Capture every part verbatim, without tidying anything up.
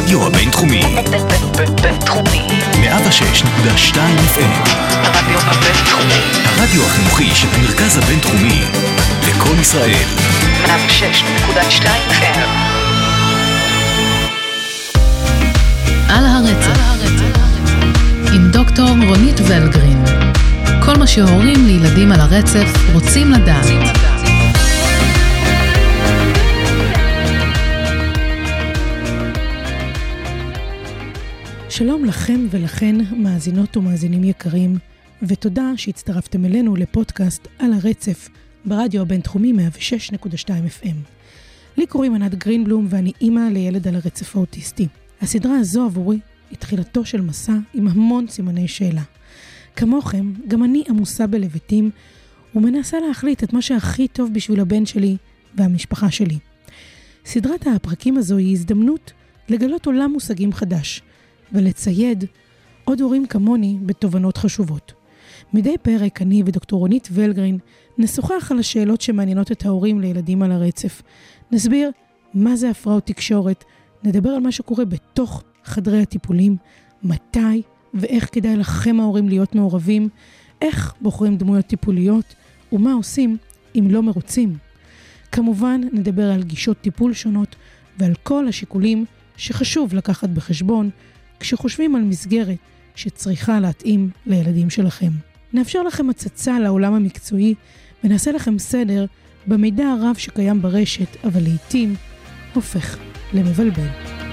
הרדיו הבינתחומי. בינתחומי. מאה ושש נקודה שתיים אף אם. הרדיו הבינתחומי. הרדיו החינוכי של המרכז הבינתחומי. לכל ישראל. מאה ושש נקודה שתיים אף אם. על הרצף. עם דוקטור רונית ולגרין. כל מה שהורים לילדים על הרצף רוצים לדעת. שלום לכם ולכן, מאזינות ומאזינים יקרים, ותודה שהצטרפתם אלינו לפודקאסט על הרצף ברדיו הבינתחומי מאה ושש נקודה שתיים אף אם. לי קוראים ענת גרינבלום ואני אימא לילד על הרצף האוטיסטי. הסדרה הזו עבורי היא תחילתו של מסע עם המון סימני שאלה. כמוכם, גם אני עמוסה בלבטים ומנסה להחליט את מה שהכי טוב בשביל הבן שלי והמשפחה שלי. סדרת הפרקים הזו היא הזדמנות לגלות עולם מושגים חדש, ולצייד עוד הורים כמוני בתובנות חשובות. מדי פרק אני ודוקטור רונית ולגרין נשוחח על השאלות שמעניינות את ההורים לילדים על הרצף. נסביר מה זה הפרעות תקשורת, נדבר על מה שקורה בתוך חדרי הטיפולים, מתי ואיך כדאי לכם ההורים להיות מעורבים, איך בוחרים דמויות טיפוליות ומה עושים אם לא מרוצים. כמובן נדבר על גישות טיפול שונות ועל כל השיקולים שחשוב לקחת בחשבון כשחושבים על מסגרת שצריכה להתאים לילדים שלכם. נאפשר לכם הצצה לעולם המקצועי ונעשה לכם סדר במידע הרב שקיים ברשת, אבל לעתים הופך למבלבל.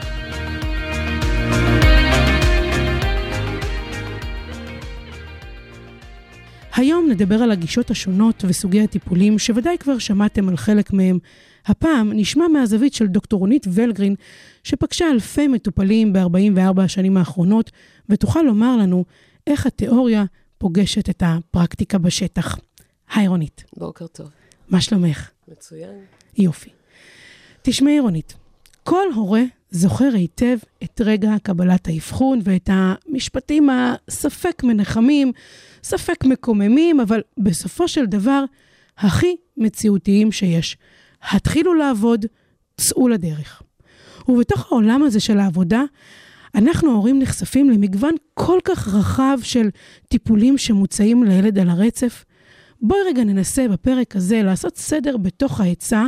היום נדבר על הגישות השונות וסוגי הטיפולים שוודאי כבר שמעתם על חלק מהם. הפעם נשמע מהזווית של דוקטור רונית ולגרין שפגשה אלפי מטופלים ב-ארבעים וארבע השנים האחרונות ותוכל לומר לנו איך התיאוריה פוגשת את הפרקטיקה בשטח. היי רונית. בוקר טוב. מה שלומך? מצוין. יופי. תשמעי רונית, כל הורה זוכר היטב את רגע קבלת האבחון ואת המשפטים הספק מנחמים, ספק מקוממים, אבל בסופו של דבר הכי מציאותיים שיש. התחילו לעבוד, צאו לדרך. ובתוך העולם הזה של העבודה, אנחנו ההורים נחשפים למגוון כל כך רחב של טיפולים שמוצאים לילד על הרצף. בואי רגע ננסה בפרק הזה לעשות סדר בתוך ההיצע,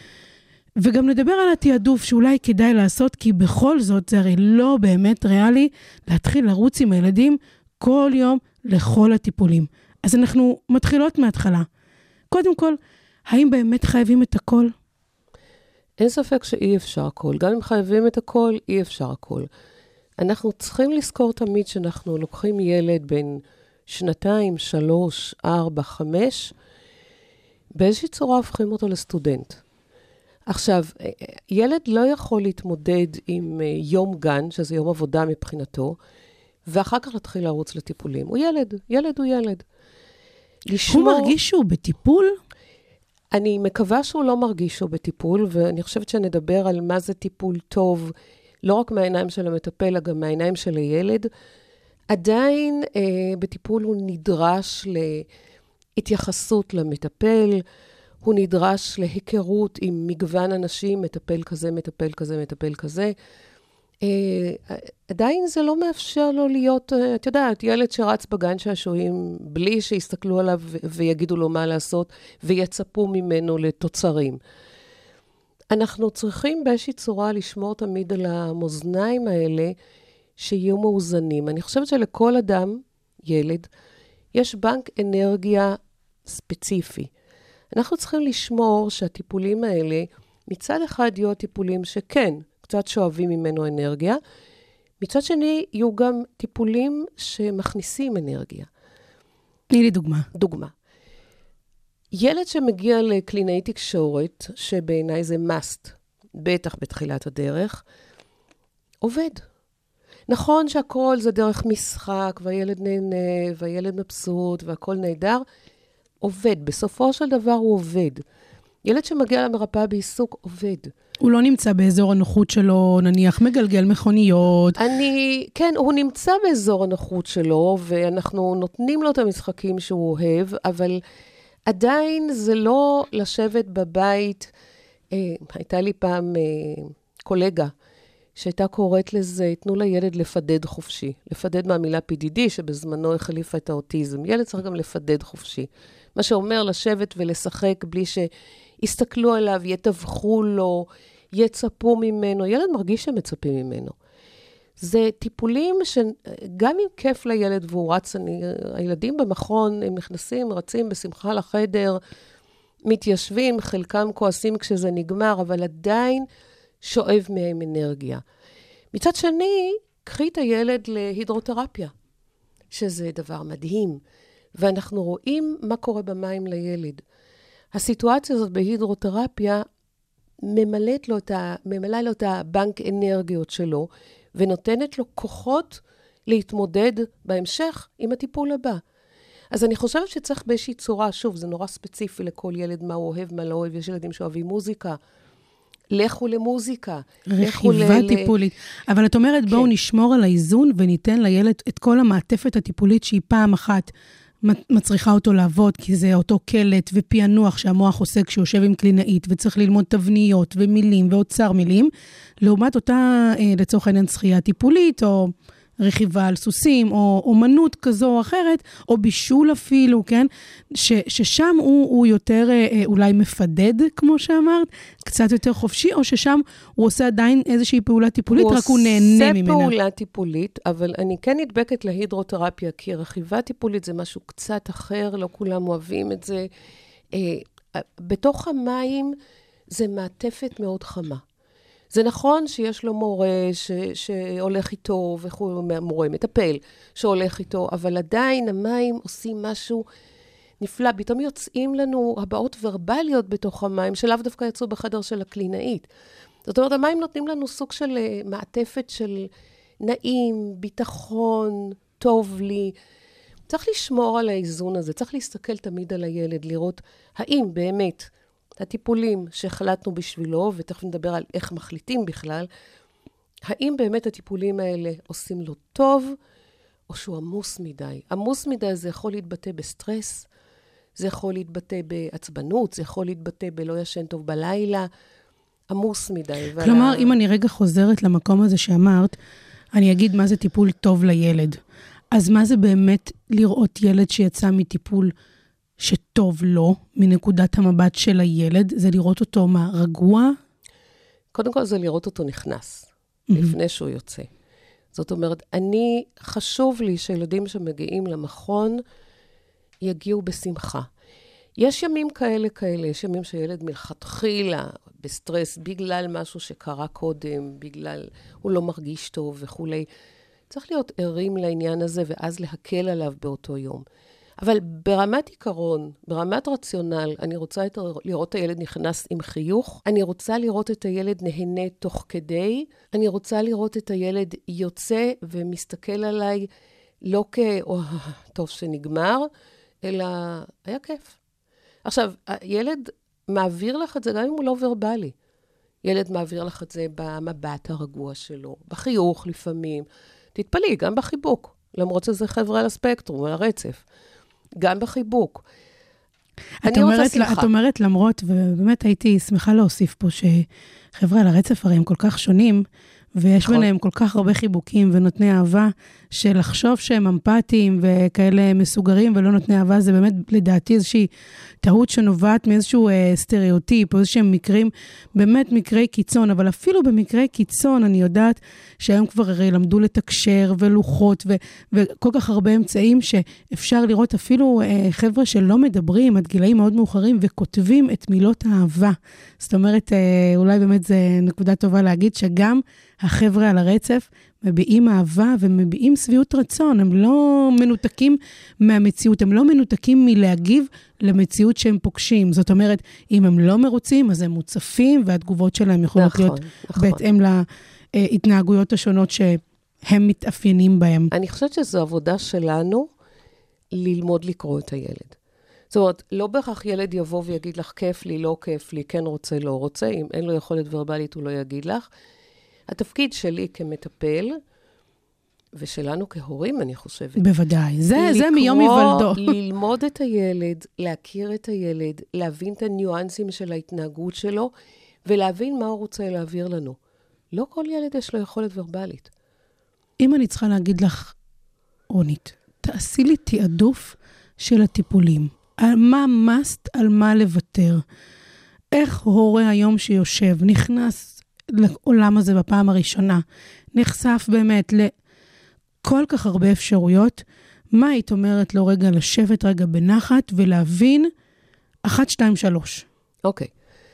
וגם נדבר על התיעדוף שאולי כדאי לעשות, כי בכל זאת זה הרי לא באמת ריאלי להתחיל לרוץ עם הילדים כל יום לכל הטיפולים. אז אנחנו מתחילות מההתחלה. קודם כל, האם באמת חייבים את הכל? אין ספק שאי אפשר הכל. גם אם חייבים את הכל, אי אפשר הכל. אנחנו צריכים לזכור תמיד שאנחנו לוקחים ילד בין שנתיים, שלוש, ארבע, חמש, באיזושהי צורה הופכים אותו לסטודנט. עכשיו, ילד לא יכול להתמודד עם יום גן, שזה יום עבודה מבחינתו, ואחר כך להתחיל לרוץ לטיפולים. הוא ילד, ילד הוא ילד. לשמור... הוא מרגיש שהוא בטיפול? אני מקווה שהוא לא מרגיש שהוא בטיפול, ואני חושבת שנדבר על מה זה טיפול טוב, לא רק מהעיניים של המטפל, אלא גם מהעיניים של הילד. עדיין אה, בטיפול הוא נדרש להתייחסות למטפל, הוא נדרש להיכרות עם מגוון אנשים, מטפל כזה, מטפל כזה, מטפל כזה. Uh, עדיין זה לא מאפשר לו להיות, uh, את יודעת, ילד שרץ בגן שעשועים, בלי שיסתכלו עליו ו- ויגידו לו מה לעשות, ויצפו ממנו לתוצרים. אנחנו צריכים באיזושהי צורה לשמור תמיד על המאזניים האלה, שיהיו מאוזנים. אני חושבת שלכל אדם, ילד, יש בנק אנרגיה ספציפי. אנחנו צריכים לשמור שהטיפולים האלה, מצד אחד יהיו טיפולים שכן, קצת שואבים ממנו אנרגיה, מצד שני יהיו גם טיפולים שמכניסים אנרגיה. תני לי דוגמה. דוגמה. ילד שמגיע לקלינאי תקשורת, שבעיניי זה must, בטח בתחילת הדרך, עובד. נכון שהכל זה דרך משחק, והילד נהנה, והילד מבסוט, והכל נהדר, עובד. בסופו של דבר הוא עובד. ילד שמגיע למרפאה בעיסוק עובד. הוא לא נמצא באזור הנוחות שלו, נניח מגלגל מכוניות. אני, כן, הוא נמצא באזור הנוחות שלו, ואנחנו נותנים לו את המשחקים שהוא אוהב, אבל עדיין זה לא לשבת בבית. אה, הייתה לי פעם אה, קולגה, שהייתה קוראת לזה, תנו לילד לפדד חופשי. לפדד מהמילה פי די די, שבזמנו החליפה את האוטיזם. ילד צריך גם לפדד חופשי. מה שאומר לשבת ולשחק בלי שיסתכלו עליו, יתווכו לו, יצפו ממנו. ילד מרגיש שמצפים ממנו. זה טיפולים שגם אם כיף לילד והוא רץ, אני, הילדים במכון, הם נכנסים, רצים בשמחה לחדר, מתיישבים, חלקם כועסים כשזה נגמר, אבל עדיין שואב מהם אנרגיה. מצד שני, קחי את הילד להידרותרפיה, שזה דבר מדהים, ואנחנו רואים מה קורה במים לילד. הסיטואציה הזאת בהידרותרפיה ממלאת לו את ה, ממלאה לו את הבנק אנרגיות שלו, ונותנת לו כוחות להתמודד בהמשך עם הטיפול הבא. אז אני חושבת שצריך באיזושהי צורה, שוב, זה נורא ספציפי לכל ילד, מה הוא אוהב, מה לא אוהב, יש ילדים שאוהבים מוזיקה, לכו למוזיקה. רכיבה ל... טיפולית. אבל את אומרת, כן. בואו נשמור על האיזון, וניתן לילד את כל המעטפת הטיפולית, שהיא פעם אחת מצריכה אותו לעבוד, כי זה אותו קלט ופענוח שהמוח עושה כשהוא עם קלינאית, וצריך ללמוד תבניות ומילים ואוצר מילים, לעומת אותה, לצורך העניין, שחייה טיפולית, או רכיבה על סוסים, או אומנות כזו או אחרת, או בישול אפילו, כן? ש, ששם הוא, הוא יותר אולי מפדד, כמו שאמרת, קצת יותר חופשי, או ששם הוא עושה עדיין איזושהי פעולה טיפולית, רק הוא נהנה ממנה. הוא עושה פעולה טיפולית, אבל אני כן נדבקת להידרותרפיה, כי רכיבה טיפולית זה משהו קצת אחר, לא כולם אוהבים את זה. בתוך המים זה מעטפת מאוד חמה. זה נכון שיש לו מורה ש, שהולך איתו, וכו', מורה מטפל שהולך איתו, אבל עדיין המים עושים משהו נפלא. פתאום יוצאים לנו הבעות ורבליות בתוך המים, שלאו דווקא יצאו בחדר של הקלינאית. זאת אומרת, המים נותנים לנו סוג של מעטפת של נעים, ביטחון, טוב לי. צריך לשמור על האיזון הזה, צריך להסתכל תמיד על הילד, לראות האם באמת הטיפולים שהחלטנו בשבילו, ותכף נדבר על איך מחליטים בכלל, האם באמת הטיפולים האלה עושים לו טוב, או שהוא עמוס מדי. עמוס מדי זה יכול להתבטא בסטרס, זה יכול להתבטא בעצבנות, זה יכול להתבטא בלא ישן טוב בלילה, עמוס מדי. כלומר, וה... אם אני רגע חוזרת למקום הזה שאמרת, אני אגיד מה זה טיפול טוב לילד. אז מה זה באמת לראות ילד שיצא מטיפול שטוב לו, מנקודת המבט של הילד? זה לראות אותו מה, רגוע? קודם כל זה לראות אותו נכנס, mm-hmm. לפני שהוא יוצא. זאת אומרת, אני, חשוב לי שילדים שמגיעים למכון, יגיעו בשמחה. יש ימים כאלה כאלה, יש ימים שילד מלכתחילה בסטרס, בגלל משהו שקרה קודם, בגלל הוא לא מרגיש טוב וכו'. צריך להיות ערים לעניין הזה, ואז להקל עליו באותו יום. אבל ברמת עיקרון, ברמת רציונל, אני רוצה את, לראות את הילד נכנס עם חיוך, אני רוצה לראות את הילד נהנה תוך כדי, אני רוצה לראות את הילד יוצא ומסתכל עליי, לא כאו, טוב שנגמר, אלא היה כיף. עכשיו, הילד מעביר לך את זה גם אם הוא לא ורבלי. ילד מעביר לך את זה במבט הרגוע שלו, בחיוך לפעמים. תתפלאי, גם בחיבוק, למרות שזה חבר'ה על הספקטרום, על הרצף. גם בחיבוק. את אומרת, את אומרת למרות, ובאמת הייתי שמחה להוסיף פה שחבר'ה על הרצף הרי הם כל כך שונים, ויש נכון. ביניהם כל כך הרבה חיבוקים ונותני אהבה, שלחשוב שהם אמפתיים וכאלה מסוגרים ולא נותני אהבה, זה באמת לדעתי איזושהי טעות שנובעת מאיזשהו אה, סטריאוטיפ, או איזשהם מקרים, באמת מקרי קיצון, אבל אפילו במקרי קיצון אני יודעת שהיום כבר הרי למדו לתקשר ולוחות, ו- וכל כך הרבה אמצעים שאפשר לראות אפילו אה, חבר'ה שלא מדברים עד גילאים מאוד מאוחרים, וכותבים את מילות האהבה. זאת אומרת, אה, אולי באמת זה נקודה טובה להגיד שגם החבר'ה על הרצף מביעים אהבה ומביעים שביעות רצון, הם לא מנותקים מהמציאות, הם לא מנותקים מלהגיב למציאות שהם פוגשים. זאת אומרת, אם הם לא מרוצים, אז הם מוצפים, והתגובות שלהם יכולות נכון, להיות נכון. בהתאם להתנהגויות השונות שהם מתאפיינים בהם. אני חושבת שזו עבודה שלנו ללמוד לקרוא את הילד. זאת אומרת, לא בהכרח ילד יבוא ויגיד לך, כיף לי, לא כיף לי, כן רוצה, לא רוצה, אם אין לו יכולת ורבלית, הוא לא יגיד לך. התפקיד שלי כמטפל, ושלנו כהורים, אני חושבת. בוודאי, זה, לקרוא, זה מיום היוולדו. ללמוד את הילד, להכיר את הילד, להבין את הניואנסים של ההתנהגות שלו, ולהבין מה הוא רוצה להעביר לנו. לא כל ילד יש לו יכולת ורבלית. אם אני צריכה להגיד לך, רונית, תעשי לי תעדוף של הטיפולים. על מה must, על מה לוותר. איך הורה היום שיושב, נכנס לעולם הזה בפעם הראשונה, נחשף באמת לכל כך הרבה אפשרויות, מה היית אומרת לו רגע לשבת רגע בנחת ולהבין אחת, שתיים, שלוש. אוקיי.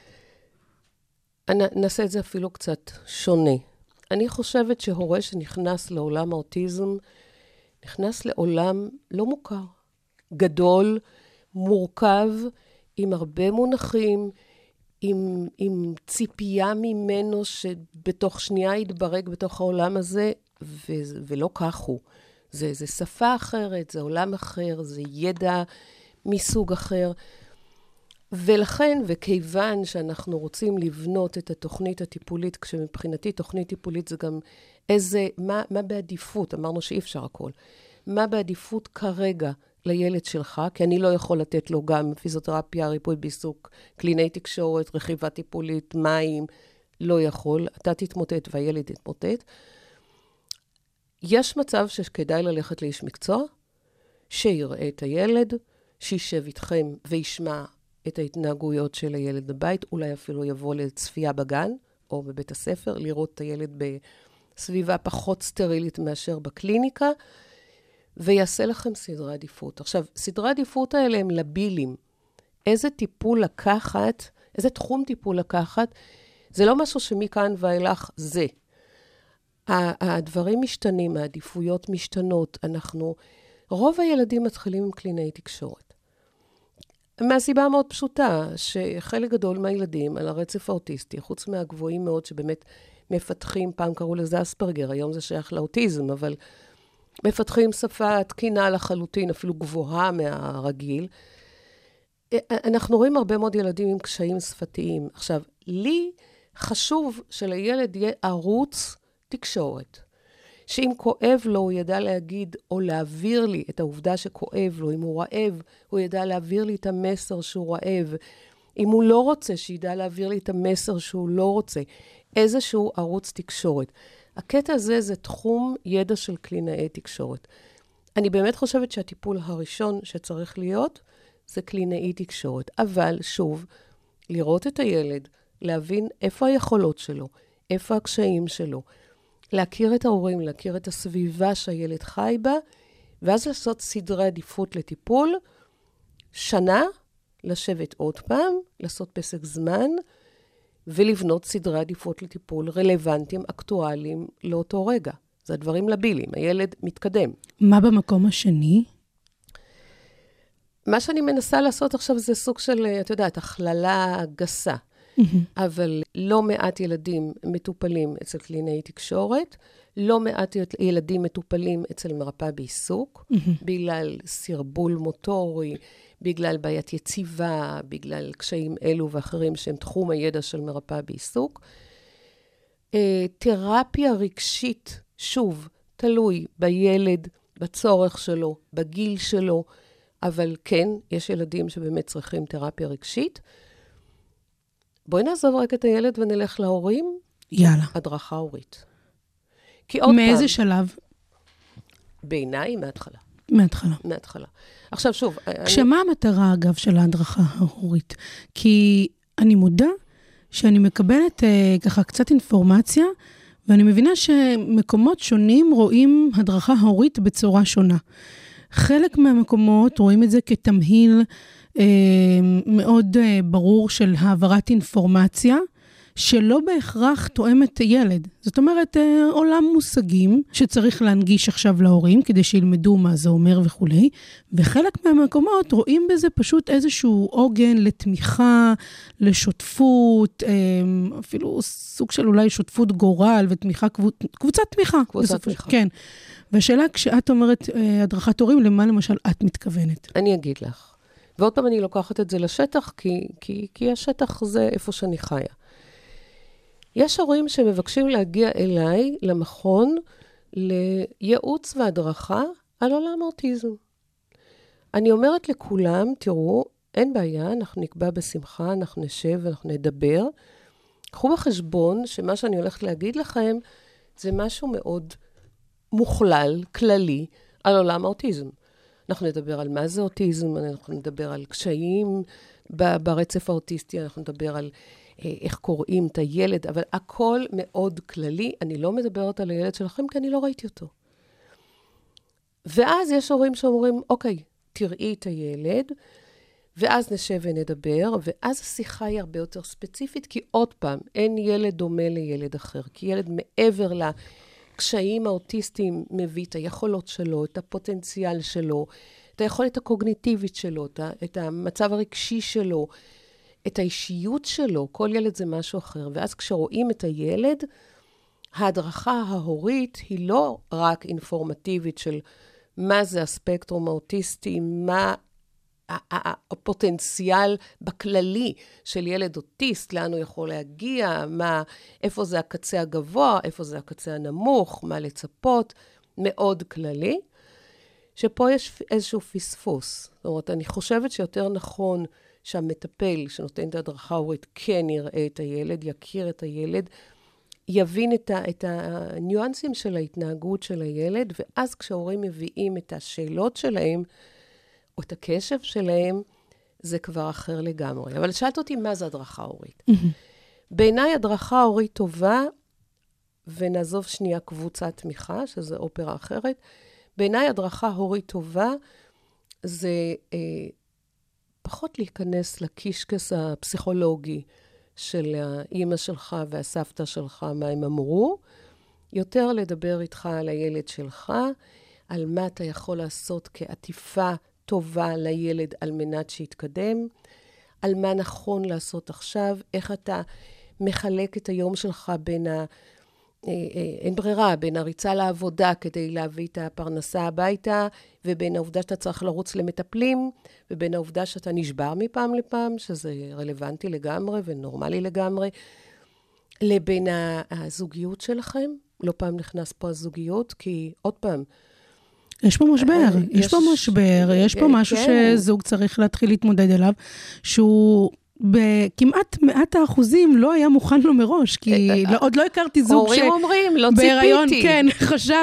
נעשה את זה אפילו קצת שונה. אני חושבת שהורה שנכנס לעולם האוטיזם, נכנס לעולם לא מוכר, גדול, מורכב, עם הרבה מונחים, עם, עם ציפייה ממנו שבתוך שנייה יתברג בתוך העולם הזה, ו, ולא כך הוא. זה, זה שפה אחרת, זה עולם אחר, זה ידע מסוג אחר. ולכן, וכיוון שאנחנו רוצים לבנות את התוכנית הטיפולית, כשמבחינתי תוכנית טיפולית זה גם איזה, מה, מה בעדיפות, אמרנו שאי אפשר הכל, מה בעדיפות כרגע לילד שלך, כי אני לא יכול לתת לו גם פיזיותרפיה, ריפוי בעיסוק, קלינאי תקשורת, רכיבה טיפולית, מים, לא יכול, אתה תתמוטט והילד תתמוטט. יש מצב שכדאי ללכת לאיש מקצוע, שיראה את הילד, שישב איתכם וישמע את ההתנהגויות של הילד בבית, אולי אפילו יבוא לצפייה בגן או בבית הספר, לראות את הילד בסביבה פחות סטרילית מאשר בקליניקה, ויעשה לכם סדרי עדיפות. עכשיו, סדרי עדיפות האלה הם לבילים. איזה טיפול לקחת, איזה תחום טיפול לקחת, זה לא משהו שמכאן ואילך זה. הדברים משתנים, העדיפויות משתנות. אנחנו, רוב הילדים מתחילים עם קלינאי תקשורת. מהסיבה המאוד פשוטה, שחלק גדול מהילדים על הרצף האוטיסטי, חוץ מהגבוהים מאוד שבאמת מפתחים, פעם קראו לזה אספרגר, היום זה שייך לאוטיזם, אבל מפתחים שפה תקינה לחלוטין, אפילו גבוהה מהרגיל. אנחנו רואים הרבה מאוד ילדים עם קשיים שפתיים. עכשיו, לי חשוב שלילד יהיה ערוץ תקשורת. שאם כואב לו, הוא ידע להגיד או להעביר לי את העובדה שכואב לו. אם הוא רעב, הוא ידע להעביר לי את המסר שהוא רעב. אם הוא לא רוצה, שידע להעביר לי את המסר שהוא לא רוצה. איזשהו ערוץ תקשורת. הקטע הזה זה תחום ידע של קלינאי תקשורת. אני באמת חושבת שהטיפול הראשון שצריך להיות, זה קלינאי תקשורת. אבל שוב, לראות את הילד, להבין איפה היכולות שלו, איפה הקשיים שלו, להכיר את ההורים, להכיר את הסביבה שהילד חי בה, ואז לעשות סדרי עדיפות לטיפול, שנה, לשבת עוד פעם, לעשות פסק זמן, ולבנות סדרי עדיפות לטיפול רלוונטיים, אקטואליים לאותו רגע. זה הדברים לבילים, הילד מתקדם. מה במקום השני? מה שאני מנסה לעשות עכשיו זה סוג של, את יודעת, הכללה גסה. אבל לא מעט ילדים מטופלים אצל קלינאי תקשורת, לא מעט ילדים מטופלים אצל מרפאה בעיסוק, בגלל סרבול מוטורי, בגלל בעיית יציבה, בגלל קשיים אלו ואחרים שהם תחום הידע של מרפאה בעיסוק. תרפיה רגשית, שוב, תלוי בילד, בצורך שלו, בגיל שלו, אבל כן, יש ילדים שבאמת צריכים תרפיה רגשית. בואי נעזוב רק את הילד ונלך להורים. יאללה. הדרכה הורית. כי עוד מאיזה פעם, שלב? בעיניי, מההתחלה. מההתחלה. מההתחלה. עכשיו שוב. כשמה אני... המטרה, אגב, של ההדרכה ההורית? כי אני מודה שאני מקבלת uh, ככה קצת אינפורמציה, ואני מבינה שמקומות שונים רואים הדרכה הורית בצורה שונה. חלק מהמקומות רואים את זה כתמהיל מאוד ברור של העברת אינפורמציה, שלא בהכרח תואמת ילד. זאת אומרת, עולם מושגים שצריך להנגיש עכשיו להורים, כדי שילמדו מה זה אומר וכו'. וחלק מהמקומות רואים בזה פשוט איזשהו עוגן לתמיכה, לשותפות, אפילו סוג של אולי שותפות גורל ותמיכה, קבוצת תמיכה. קבוצת תמיכה. כן. והשאלה, כשאת אומרת הדרכת הורים, למה למשל את מתכוונת? אני אגיד לך. ועוד פעם אני לוקחת את זה לשטח, כי, כי, כי השטח זה איפה שאני חיה. יש הורים שמבקשים להגיע אליי למכון לייעוץ והדרכה על עולם האוטיזם. אני אומרת לכולם, תראו, אין בעיה, אנחנו נקבע בשמחה, אנחנו נשב, אנחנו נדבר. קחו בחשבון שמה שאני הולכת להגיד לכם, זה משהו מאוד מוכלל, כללי, על עולם האוטיזם. אנחנו נדבר על מה זה אוטיזם, אנחנו נדבר על קשיים ברצף האוטיסטי, אנחנו נדבר על איך קוראים את הילד, אבל הכל מאוד כללי. אני לא מדברת על הילד שלכם, כי אני לא ראיתי אותו. ואז יש הורים שאומרים, אוקיי, תראי את הילד, ואז נשב ונדבר, ואז השיחה היא הרבה יותר ספציפית, כי עוד פעם, אין ילד דומה לילד אחר, כי ילד מעבר לקשיים האוטיסטיים מביא את היכולות שלו, את הפוטנציאל שלו, את היכולת הקוגניטיבית שלו, את המצב הרגשי שלו, את האישיות שלו, כל ילד זה משהו אחר. ואז כשרואים את הילד, ההדרכה ההורית היא לא רק אינפורמטיבית של מה זה הספקטרום האוטיסטי, מה הפוטנציאל בכללי של ילד אוטיסט, לאן הוא יכול להגיע, מה, איפה זה הקצה הגבוה, איפה זה הקצה הנמוך, מה לצפות, מאוד כללי, שפה יש איזשהו פספוס. זאת אומרת, אני חושבת שיותר נכון שהמטפל שנותן את ההדרכה ההורית כן יראה את הילד, יכיר את הילד, יבין את, ה, את הניואנסים של ההתנהגות של הילד, ואז כשההורים מביאים את השאלות שלהם, או את הקשב שלהם, זה כבר אחר לגמרי. אבל שאלת אותי, מה זה הדרכה הורית? בעיניי הדרכה הורית טובה, ונעזוב שנייה קבוצת תמיכה, שזה אופרה אחרת, בעיניי הדרכה הורית טובה, זה אה, פחות להיכנס לקישקס הפסיכולוגי של האמא שלך והסבתא שלך, מה הם אמרו, יותר לדבר איתך על הילד שלך, על מה אתה יכול לעשות כעטיפה טובה לילד על מנת שיתקדם, על מה נכון לעשות עכשיו, איך אתה מחלק את היום שלך בין ה... אין ברירה, בין הריצה לעבודה כדי להביא את הפרנסה הביתה, ובין העובדה שאתה צריך לרוץ למטפלים, ובין העובדה שאתה נשבר מפעם לפעם, שזה רלוונטי לגמרי ונורמלי לגמרי, לבין הזוגיות שלכם. לא פעם נכנס פה הזוגיות, כי עוד פעם, יש פה משבר, יש, יש פה משבר, יש פה משהו כן. שזוג צריך להתחיל להתמודד אליו, שהוא בכמעט מעט האחוזים לא היה מוכן לו מראש, כי לא, עוד לא הכרתי זוג שבהיריון, כן, חשב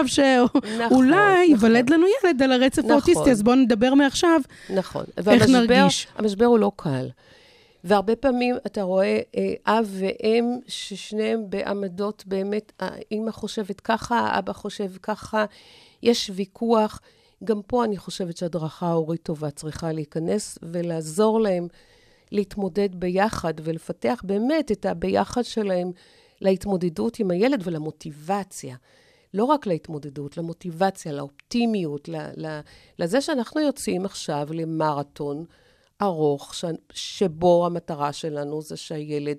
שאולי יוולד לנו ילד על הרצף נכון. האוטיסטי, אז בואו נדבר מעכשיו, נכון. איך והמשבר, נרגיש. המשבר הוא לא קל. והרבה פעמים אתה רואה אה, אב ואם ששניהם בעמדות באמת, האמא חושבת ככה, האבא חושב ככה, יש ויכוח. גם פה אני חושבת שהדרכה ההורית טובה צריכה להיכנס ולעזור להם להתמודד ביחד ולפתח באמת את הביחד שלהם להתמודדות עם הילד ולמוטיבציה. לא רק להתמודדות, למוטיבציה, לאופטימיות, לזה שאנחנו יוצאים עכשיו למרתון ארוך, שבו המטרה שלנו זה שהילד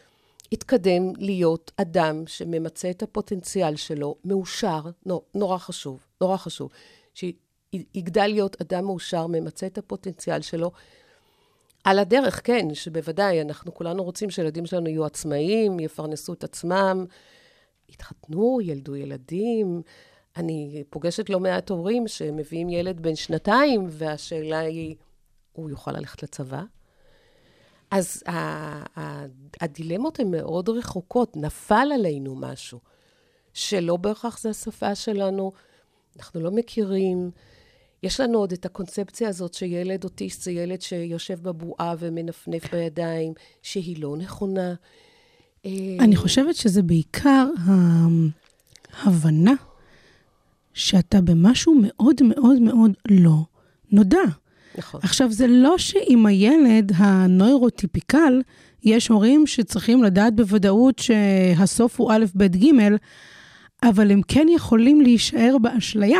יתקדם להיות אדם שממצא את הפוטנציאל שלו, מאושר, נורא חשוב, נורא חשוב, שיגדל להיות אדם מאושר, ממצא את הפוטנציאל שלו, על הדרך, כן, שבוודאי אנחנו כולנו רוצים שילדים שלנו יהיו עצמאיים, יפרנסו את עצמם, יתחתנו, ילדו ילדים. אני פוגשת לא מעט הורים שמביאים ילד בן שנתיים, והשאלה היא, הוא יוכל ללכת לצבא? אז הדילמות הן מאוד רחוקות, נפל עלינו משהו, שלא בהכרח זה השפה שלנו, אנחנו לא מכירים, יש לנו עוד את הקונספציה הזאת שילד אוטיסט זה ילד שיושב בבועה ומנפנף בידיים, שהיא לא נכונה. אני חושבת שזה בעיקר ההבנה שאתה במשהו מאוד מאוד מאוד לא נודע. נכון. עכשיו, זה לא שעם הילד הנוירוטיפיקל, יש הורים שצריכים לדעת בוודאות שהסוף הוא א' ב' ג', אבל הם כן יכולים להישאר באשליה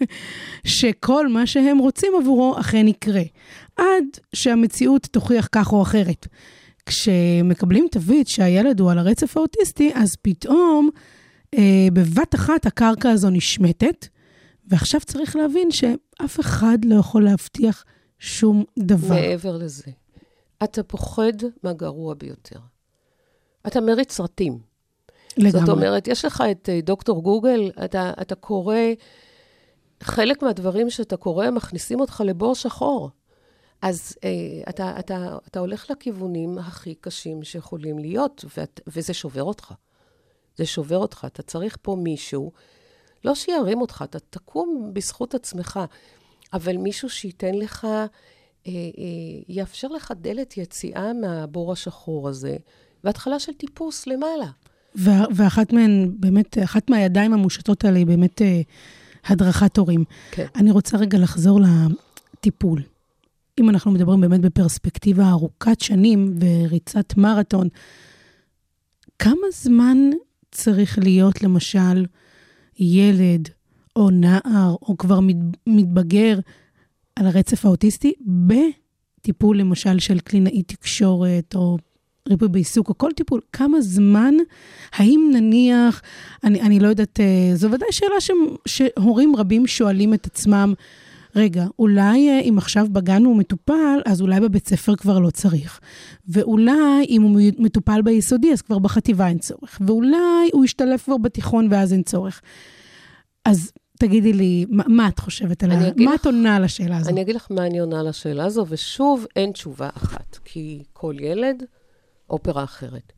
שכל מה שהם רוצים עבורו אכן יקרה. עד שהמציאות תוכיח כך או אחרת. כשמקבלים תווית שהילד הוא על הרצף האוטיסטי, אז פתאום אה, בבת אחת הקרקע הזו נשמטת, ועכשיו צריך להבין שאף אחד לא יכול להבטיח שום דבר. מעבר לזה, אתה פוחד מהגרוע ביותר. אתה מריץ סרטים. לגמרי. זאת אומרת, יש לך את דוקטור גוגל, אתה, אתה קורא, חלק מהדברים שאתה קורא מכניסים אותך לבור שחור. אז אה, אתה, אתה, אתה הולך לכיוונים הכי קשים שיכולים להיות, ואת, וזה שובר אותך. זה שובר אותך. אתה צריך פה מישהו, לא שירים אותך, אתה תקום בזכות עצמך, אבל מישהו שייתן לך, אה, אה, יאפשר לך דלת יציאה מהבור השחור הזה, והתחלה של טיפוס למעלה. ואחת מהן, באמת, אחת מהידיים המושטות האלה היא באמת אה, הדרכת הורים. כן. אני רוצה רגע לחזור לטיפול. אם אנחנו מדברים באמת בפרספקטיבה ארוכת שנים וריצת מרתון, כמה זמן צריך להיות למשל ילד או נער או כבר מתבגר על הרצף האוטיסטי בטיפול למשל של קלינאי תקשורת או ריפוי בעיסוק או כל טיפול? כמה זמן? האם נניח, אני, אני לא יודעת, זו ודאי שאלה ש, שהורים רבים שואלים את עצמם, רגע, אולי אם עכשיו בגן הוא מטופל, אז אולי בבית ספר כבר לא צריך. ואולי אם הוא מטופל ביסודי, אז כבר בחטיבה אין צורך. ואולי הוא ישתלב כבר בתיכון ואז אין צורך. אז תגידי לי, מה, מה את חושבת עליה? מה לך, את עונה על השאלה הזו? אני אגיד לך מה אני עונה על השאלה הזו, ושוב, אין תשובה אחת. כי כל ילד, אופרה אחרת.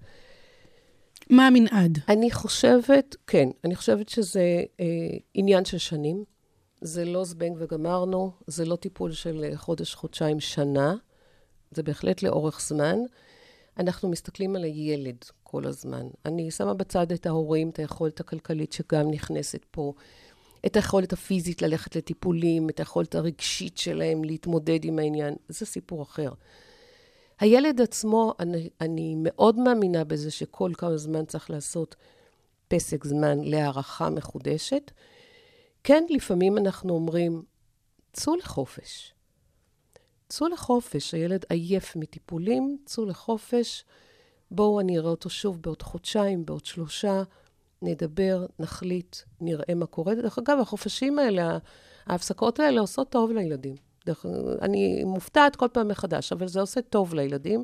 מה המנעד? אני חושבת, כן, אני חושבת שזה אה, עניין של שנים. זה לא זבנג וגמרנו, זה לא טיפול של חודש, חודשיים, שנה, זה בהחלט לאורך זמן. אנחנו מסתכלים על הילד כל הזמן. אני שמה בצד את ההורים, את היכולת הכלכלית שגם נכנסת פה, את היכולת הפיזית ללכת לטיפולים, את היכולת הרגשית שלהם להתמודד עם העניין, זה סיפור אחר. הילד עצמו, אני, אני מאוד מאמינה בזה שכל כמה זמן צריך לעשות פסק זמן להערכה מחודשת, כן, לפעמים אנחנו אומרים, צאו לחופש. צאו לחופש, הילד עייף מטיפולים, צאו לחופש, בואו אני אראה אותו שוב בעוד חודשיים, בעוד שלושה, נדבר, נחליט, נראה מה קורה. דרך אגב, החופשים האלה, ההפסקות האלה עושות טוב לילדים. דרך, אני מופתעת כל פעם מחדש, אבל זה עושה טוב לילדים.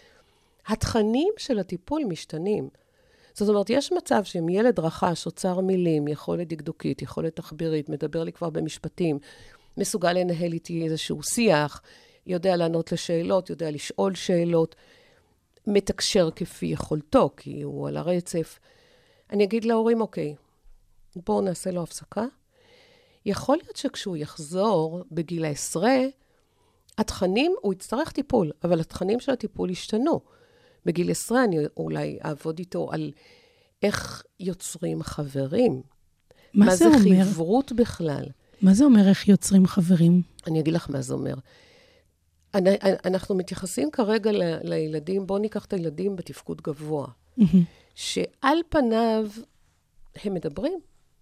התכנים של הטיפול משתנים. זאת אומרת, יש מצב שאם ילד רכש, אוצר מילים, יכולת דקדוקית, יכולת תחבירית, מדבר לי כבר במשפטים, מסוגל לנהל איתי איזשהו שיח, יודע לענות לשאלות, יודע לשאול שאלות, מתקשר כפי יכולתו, כי הוא על הרצף. אני אגיד להורים, אוקיי, בואו נעשה לו הפסקה. יכול להיות שכשהוא יחזור בגיל העשרה, התכנים, הוא יצטרך טיפול, אבל התכנים של הטיפול ישתנו. בגיל עשרה אני אולי אעבוד איתו על איך יוצרים חברים. מה, מה זה, זה אומר? חברות בכלל? מה זה אומר איך יוצרים חברים? אני אגיד לך מה זה אומר. אנחנו מתייחסים כרגע ל, לילדים, בואו ניקח את הילדים בתפקוד גבוה, שעל פניו הם מדברים.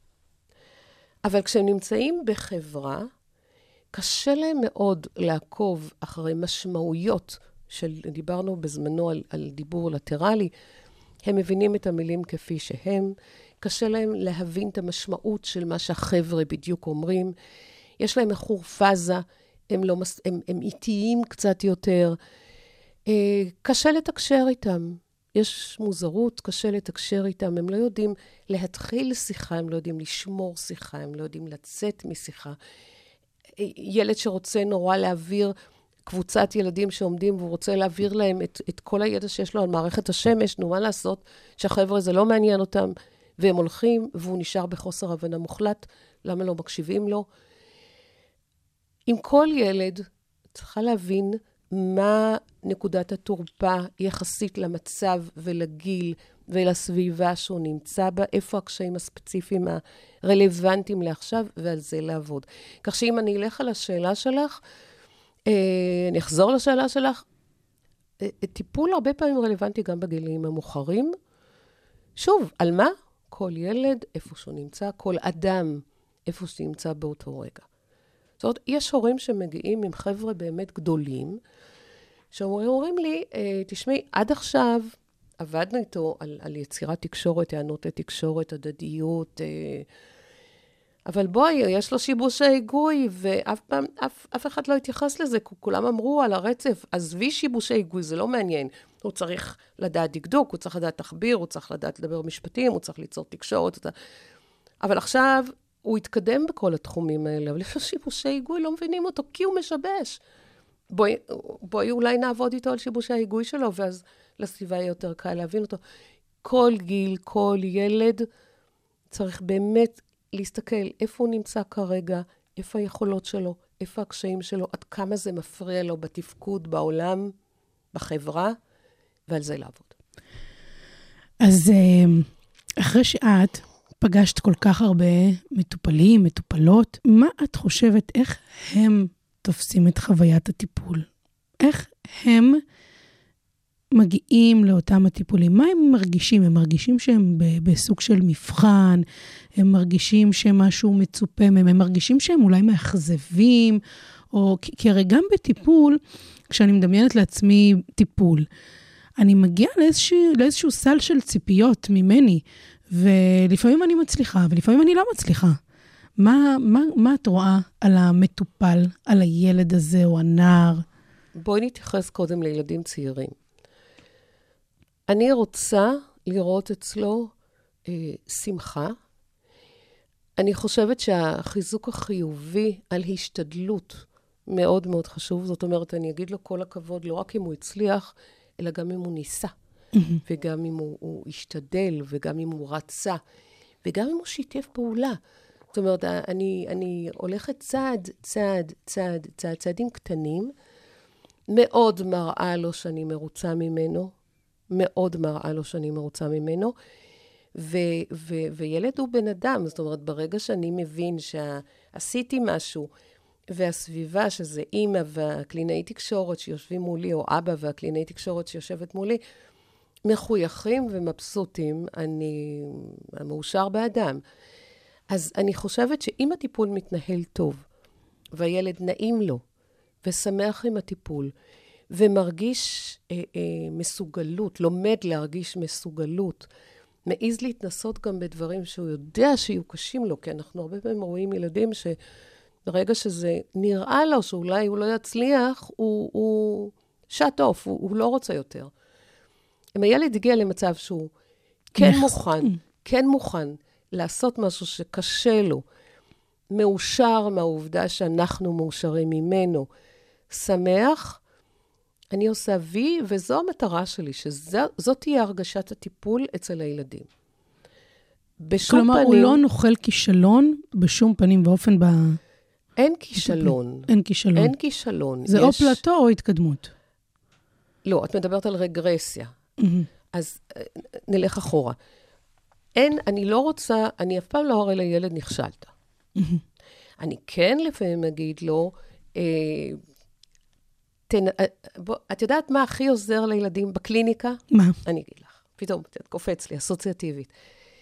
אבל כשהם נמצאים בחברה, קשה להם מאוד לעקוב אחרי משמעויות של, דיברנו בזמנו על, על דיבור לטרלי, הם מבינים את המילים כפי שהם, קשה להם להבין את המשמעות של מה שהחבר'ה בדיוק אומרים, יש להם איחור פאזה, הם, לא, הם, הם איטיים קצת יותר, אה, קשה לתקשר איתם, יש מוזרות, קשה לתקשר איתם, הם לא יודעים להתחיל שיחה, הם לא יודעים לשמור שיחה, הם לא יודעים לצאת משיחה. ילד שרוצה נורא להעביר, קבוצת ילדים שעומדים והוא רוצה להעביר להם את, את כל הידע שיש לו על מערכת השמש, נו מה לעשות שהחבר'ה זה לא מעניין אותם, והם הולכים והוא נשאר בחוסר הבנה מוחלט, למה לא מקשיבים לו? עם כל ילד צריכה להבין מה נקודת התורפה יחסית למצב ולגיל ולסביבה שהוא נמצא בה, איפה הקשיים הספציפיים הרלוונטיים לעכשיו, ועל זה לעבוד. כך שאם אני אלך על השאלה שלך, אני אחזור לשאלה שלך, טיפול הרבה פעמים רלוונטי גם בגילים המאוחרים. שוב, על מה? כל ילד, איפה שהוא נמצא, כל אדם, איפה שהוא נמצא באותו רגע. זאת אומרת, יש הורים שמגיעים עם חבר'ה באמת גדולים, שאומרים לי, תשמעי, עד עכשיו עבדנו איתו על, על יצירת תקשורת, הענות לתקשורת, הדדיות, אבל בואי, יש לו שיבושי היגוי, ואף פעם, אף, אף אחד לא התייחס לזה, כולם אמרו על הרצף, עזבי שיבושי היגוי, זה לא מעניין. הוא צריך לדעת דקדוק, הוא צריך לדעת תחביר, הוא צריך לדעת לדבר משפטים, הוא צריך ליצור תקשורת. אבל עכשיו הוא התקדם בכל התחומים האלה, אבל יש לו שיבושי היגוי, לא מבינים אותו, כי הוא משבש. בואי, בואי אולי נעבוד איתו על שיבושי ההיגוי שלו, ואז לסביבה יהיה יותר קל להבין אותו. כל גיל, כל ילד, צריך באמת להסתכל איפה הוא נמצא כרגע, איפה היכולות שלו, איפה הקשיים שלו, עד כמה זה מפריע לו בתפקוד, בעולם, בחברה, ועל זה לעבוד. אז אחרי שאת פגשת כל כך הרבה מטופלים, מטופלות, מה את חושבת, איך הם תופסים את חוויית הטיפול? איך הם מגיעים לאותם הטיפולים? מה הם מרגישים? הם מרגישים שהם בסוג של מבחן, הם מרגישים שמשהו מצופה מהם, הם מרגישים שהם אולי מאכזבים, או, כי, כי הרי גם בטיפול, כשאני מדמיינת לעצמי טיפול, אני מגיעה לאיזשהו, לאיזשהו סל של ציפיות ממני, ולפעמים אני מצליחה, ולפעמים אני לא מצליחה. מה, מה, מה את רואה על המטופל, על הילד הזה או הנער? בואי נתייחס קודם לילדים צעירים. אני רוצה לראות אצלו אה, שמחה. אני חושבת שהחיזוק החיובי על השתדלות מאוד מאוד חשוב. זאת אומרת, אני אגיד לו כל הכבוד, לא רק אם הוא הצליח, אלא גם אם הוא ניסה, mm-hmm. וגם אם הוא, הוא השתדל, וגם אם הוא רצה, וגם אם הוא שיתף פעולה. זאת אומרת, אני, אני הולכת צעד, צעד, צעד, צעד, צעדים קטנים, מאוד מראה לו שאני מרוצה ממנו, מאוד מראה לו שאני מרוצה ממנו, ו, ו, וילד הוא בן אדם, זאת אומרת, ברגע שאני מבין שעשיתי משהו, והסביבה, שזה אימא והקלינאי תקשורת שיושבים מולי, או אבא והקלינאי תקשורת שיושבת מולי, מחויכים ומבסוטים, אני מאושר באדם. אז אני חושבת שאם הטיפול מתנהל טוב, והילד נעים לו, ושמח עם הטיפול, ומרגיש אה, אה, מסוגלות, לומד להרגיש מסוגלות, מעיז להתנסות גם בדברים שהוא יודע שיהיו קשים לו, כי אנחנו הרבה פעמים רואים ילדים שברגע שזה נראה לו שאולי הוא לא יצליח, הוא, הוא שט אוף, הוא, הוא לא רוצה יותר. אם הילד הגיע למצב שהוא כן מוכן, כן מוכן לעשות משהו שקשה לו, מאושר מהעובדה שאנחנו מאושרים ממנו, שמח, אני עושה וי, וזו המטרה שלי, שזאת תהיה הרגשת הטיפול אצל הילדים. בשום כלומר, פנים... הוא לא נוכל כישלון בשום פנים ואופן ב... אין כישלון. אין כישלון. אין כישלון. זה יש... או פלטו או התקדמות. לא, את מדברת על רגרסיה. Mm-hmm. אז נלך אחורה. אין, אני לא רוצה, אני אף פעם לא הרי לילד נכשלת. Mm-hmm. אני כן לפעמים אגיד לו, אה, תנ... בוא, את יודעת מה הכי עוזר לילדים בקליניקה? מה? אני אגיד לך. פתאום, את קופץ לי, אסוציאטיבית.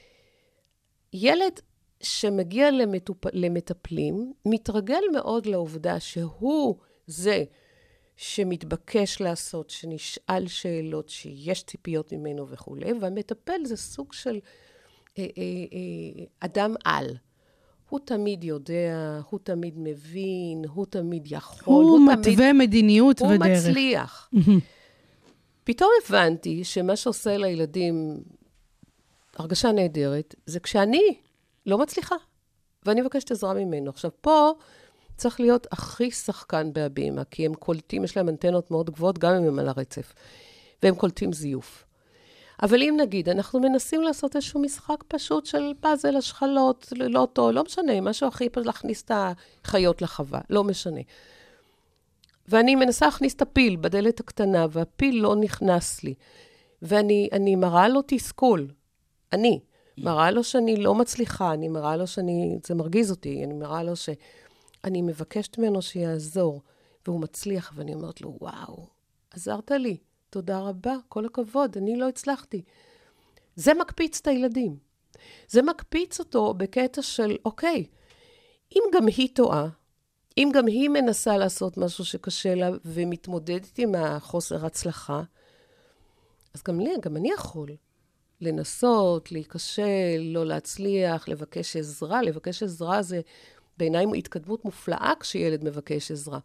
ילד שמגיע למטופ... למטפלים, מתרגל מאוד לעובדה שהוא זה שמתבקש לעשות, שנשאל שאלות, שיש ציפיות ממנו וכו', והמטפל זה סוג של אה, אה, אה, אדם על. הוא תמיד יודע, הוא תמיד מבין, הוא תמיד יכול. הוא, הוא מתווה תמיד, מדיניות הוא ודרך. הוא מצליח. פתאום הבנתי שמה שעושה לילדים הרגשה נהדרת, זה כשאני לא מצליחה, ואני מבקשת עזרה ממנו. עכשיו, פה צריך להיות הכי שחקן בהבימה, כי הם קולטים, יש להם אנטנות מאוד גבוהות, גם אם הם על הרצף, והם קולטים זיוף. אבל אם נגיד, אנחנו מנסים לעשות איזשהו משחק פשוט של פאזל, השחלות, לא טוב, לא משנה, משהו הכי פשוט להכניס את החיות לחווה, לא משנה. ואני מנסה להכניס את הפיל בדלת הקטנה, והפיל לא נכנס לי. ואני אני מראה לו תסכול. אני. מראה לו שאני לא מצליחה, אני מראה לו שאני, זה מרגיז אותי, אני מראה לו שאני מבקשת ממנו שיעזור, והוא מצליח, ואני אומרת לו, וואו, עזרת לי, תודה רבה, כל הכבוד, אני לא הצלחתי. זה מקפיץ את הילדים. זה מקפיץ אותו בקטע של, אוקיי, אם גם היא טועה, אם גם היא מנסה לעשות משהו שקשה לה, ומתמודדת עם החוסר הצלחה, אז גם לי, גם אני יכול. לנסות, להיכשל, לא להצליח, לבקש עזרה. לבקש עזרה זה בעיניי התקדמות מופלאה כשילד מבקש עזרה.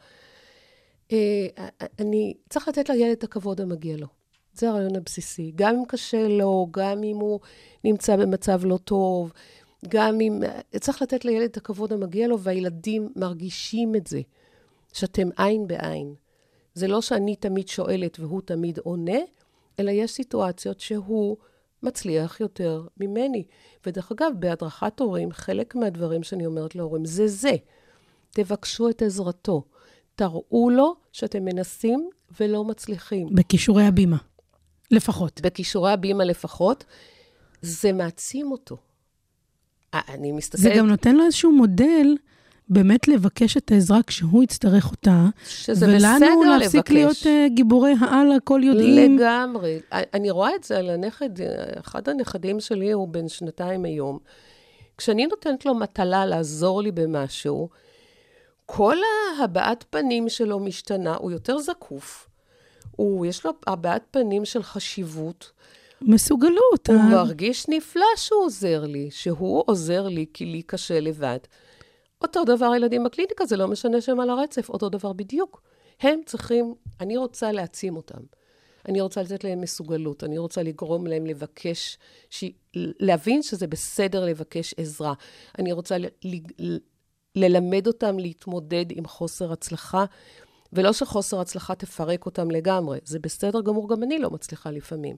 אני צריך לתת לילד את הכבוד המגיע לו. זה הרעיון הבסיסי. גם אם קשה לו, גם אם הוא נמצא במצב לא טוב, גם אם... צריך לתת לילד את הכבוד המגיע לו, והילדים מרגישים את זה, שאתם עין בעין. זה לא שאני תמיד שואלת והוא תמיד עונה, אלא יש סיטואציות שהוא מצליח יותר ממני. ודרך אגב, בהדרכת הורים, חלק מהדברים שאני אומרת להורים, זה זה. תבקשו את עזרתו. תראו לו שאתם מנסים ולא מצליחים. בכישורי הבימה, לפחות. בכישורי הבימה לפחות, זה מעצים אותו. אני מסתכלת... זה גם נותן לו איזשהו מודל, באמת לבקש את העזרה כשהוא יצטרך אותה. שזה בסדר לבקש. ולנו להפסיק להיות uh, גיבורי העל, הכל יודעים. לגמרי. אני רואה את זה על הנכד, אחד הנכדים שלי הוא בן שנתיים היום. כשאני נותנת לו מטלה לעזור לי במשהו, כל הבעת פנים שלו משתנה, הוא יותר זקוף. הוא, יש לו הבעת פנים של חשיבות. מסוגלות. הוא מרגיש נפלא שהוא עוזר לי, שהוא עוזר לי כי לי קשה לבד. אותו דבר ילדים בקליניקה, זה לא משנה שהם על הרצף, אותו דבר בדיוק. הם צריכים, אני רוצה להעצים אותם. אני רוצה לתת להם מסוגלות, אני רוצה לגרום להם לבקש, ש... להבין שזה בסדר לבקש עזרה. אני רוצה ל... ל... ללמד אותם להתמודד עם חוסר הצלחה, ולא שחוסר הצלחה תפרק אותם לגמרי. זה בסדר גמור, גם אני לא מצליחה לפעמים.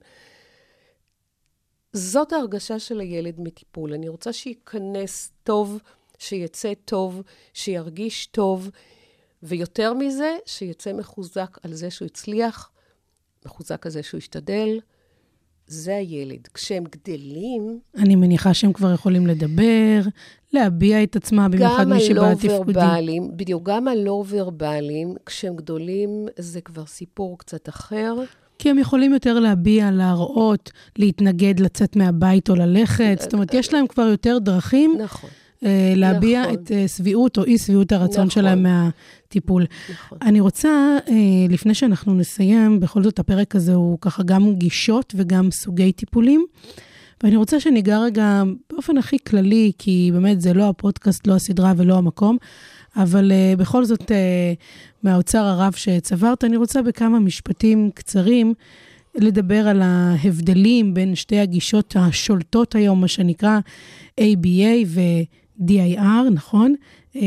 זאת ההרגשה של הילד מטיפול. אני רוצה שייכנס טוב, שיצא טוב, שירגיש טוב, ויותר מזה, שיצא מחוזק על זה שהוא הצליח, מחוזק על זה שהוא ישתדל. זה הילד. כשהם גדלים... אני מניחה שהם כבר יכולים לדבר, להביע את עצמה, במיוחד מי שבא תפקודים. בדיוק, גם הלא ורבליים, כשהם גדולים, זה כבר סיפור קצת אחר. כי הם יכולים יותר להביע, להראות, להתנגד, לצאת מהבית או ללכת. זאת אומרת, יש להם כבר יותר דרכים. נכון. להביע נכון. את סביעות או אי סביעות הרצון נכון. שלהם מהטיפול. נכון. אני רוצה, לפני שאנחנו נסיים, בכל זאת הפרק הזה הוא ככה גם גישות וגם סוגי טיפולים, ואני רוצה שניגע רגע באופן הכי כללי, כי באמת זה לא הפודקאסט, לא הסדרה ולא המקום, אבל uh, בכל זאת, uh, מהאוצר הרב שצברת, אני רוצה בכמה משפטים קצרים, לדבר על ההבדלים בין שתי הגישות השולטות היום, מה שנקרא A B A ו-D I R, נכון?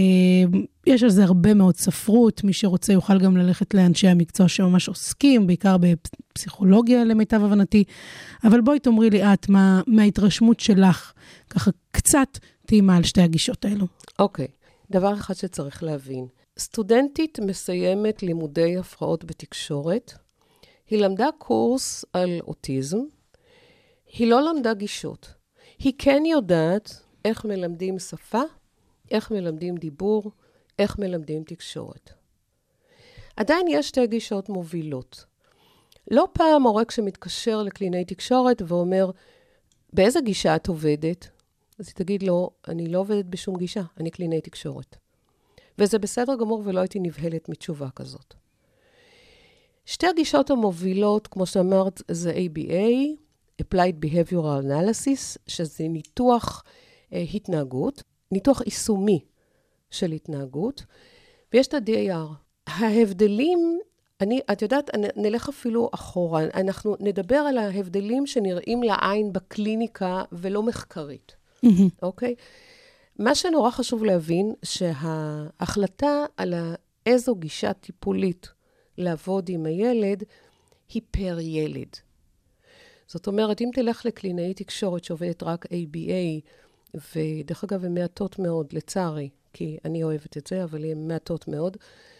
יש על זה הרבה מאוד ספרות, מי שרוצה יוכל גם ללכת לאנשי המקצוע שממש עוסקים, בעיקר בפסיכולוגיה למיטב הבנתי, אבל בואי תאמרי לי את, מה, מההתרשמות שלך, ככה קצת טעימה על שתי הגישות האלו. אוקיי, okay. דבר אחד שצריך להבין, סטודנטית מסיימת לימודי הפרעות בתקשורת, היא למדה קורס על אוטיזם, היא לא למדה גישות. היא כן יודעת איך מלמדים שפה, איך מלמדים דיבור, איך מלמדים תקשורת. עדיין יש שתי גישות מובילות. לא פעם מורה כשמתקשר לקלינאי תקשורת ואומר, באיזה גישה את עובדת? אז היא תגיד לו, אני לא עובדת בשום גישה, אני קלינאי תקשורת. וזה בסדר גמור ולא הייתי נבהלת מתשובה כזאת. שתי הגישות המובילות, כמו שאמרת, זה A B A, Applied Behavioral Analysis, שזה ניתוח אה, התנהגות, ניתוח יישומי של התנהגות, ויש את ה-D I R. ההבדלים, אני, את יודעת, נלך אפילו אחורה, אנחנו נדבר על ההבדלים שנראים לעין בקליניקה ולא מחקרית, אוקיי? מה שנורא חשוב להבין, שההחלטה על איזו גישה טיפולית לעבוד עם הילד, היא פר ילד. זאת אומרת, אם תלך לקלינאי תקשורת שעובדת רק A B A, ודרך אגב, הן מעטות מאוד, לצערי, כי אני אוהבת את זה, אבל הן מעטות מאוד,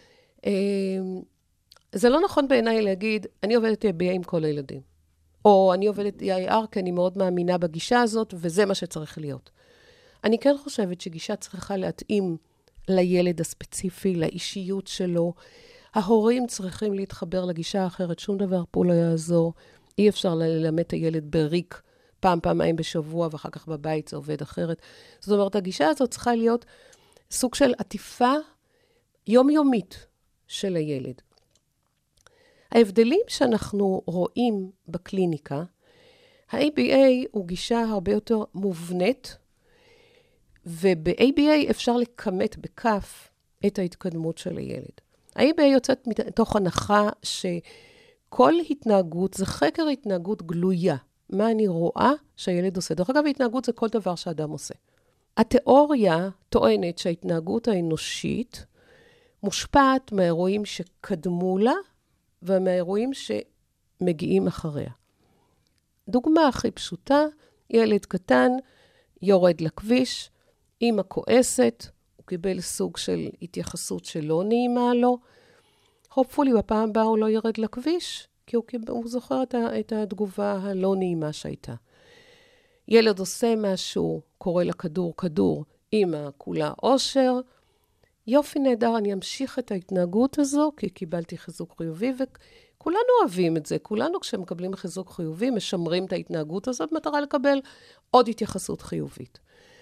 זה לא נכון בעיניי להגיד, אני עובדת A B A עם כל הילדים. או אני עובדת D I R, כי אני מאוד מאמינה בגישה הזאת, וזה מה שצריך להיות. אני כן חושבת שגישה צריכה להתאים לילד הספציפי, לאישיות שלו, ההורים צריכים להתחבר לגישה האחרת, שום דבר פה לא יעזור. אי אפשר ללמד את הילד בריק פעם, פעמיים בשבוע, ואחר כך בבית זה עובד אחרת. זאת אומרת, הגישה הזאת צריכה להיות סוג של עטיפה יומיומית של הילד. ההבדלים שאנחנו רואים בקליניקה, ה-A B A הוא גישה הרבה יותר מובנית, וב-A B A אפשר לכמת בכף את ההתקדמות של הילד. ה-A B A יוצאת מתוך הנחה שכל התנהגות זה חקר התנהגות גלויה. מה אני רואה שהילד עושה? דרך אגב, התנהגות זה כל דבר שאדם עושה. התיאוריה טוענת שההתנהגות האנושית מושפעת מהאירועים שקדמו לה ומהאירועים שמגיעים אחריה. דוגמה הכי פשוטה, ילד קטן יורד לכביש, אמא כועסת, הוא קיבל סוג של התייחסות שלא נעימה לו, הופפולי בפעם הבאה הוא לא ירד לכביש, כי הוא, הוא זוכר את, ה, את התגובה הלא נעימה שהייתה. ילד עושה משהו, קורא לכדור כדור, אמא כולה אושר, יופי נהדר, אני אמשיך את ההתנהגות הזו, כי קיבלתי חיזוק חיובי, וכולנו אוהבים את זה. כולנו כשמקבלים חיזוק חיובי, משמרים את ההתנהגות הזאת, מטרה לקבל עוד התייחסות חיובית.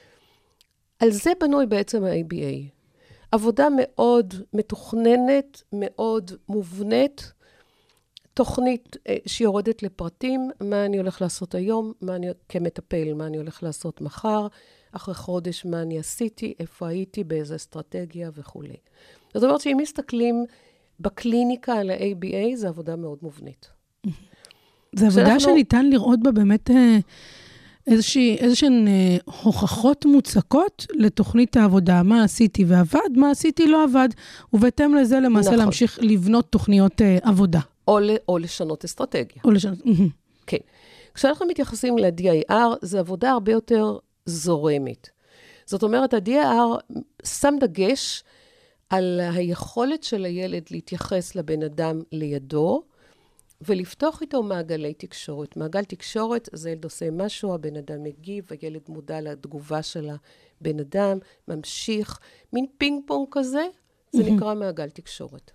על זה בנוי בעצם ה-איי בי איי. עבודה מאוד מתוכננת, מאוד מובנית, תוכנית שיורדת לפרטים, מה אני הולך לעשות היום, מה אני כמטפל, מה אני הולך לעשות מחר, אחרי חודש מה אני עשיתי, איפה הייתי, באיזה אסטרטגיה וכו'. זאת אומרת שאם מסתכלים בקליניקה על ה-איי בי איי, זו עבודה מאוד מובנית. זו עבודה שאנחנו... שניתן לראות בה באמת איזשהן הוכחות מוצקות לתוכנית העבודה, מה עשיתי ועבד, מה עשיתי לא עבד, ובהתאם לזה למעשה נכון. להמשיך לבנות תוכניות עבודה. או, או לשנות אסטרטגיה. או לשנות, כן. כשאנחנו מתייחסים ל-די איי אר, זו עבודה הרבה יותר זורמת. זאת אומרת, ה-די איי אר שם דגש על היכולת של הילד להתייחס לבן אדם לידו, ולפתוח איתו מעגלי תקשורת. מעגל תקשורת, זה ילד עושה משהו, הבן אדם מגיב, הילד מודע לתגובה של הבן אדם, ממשיך, מין פינג פונג כזה, זה mm-hmm. נקרא מעגל תקשורת.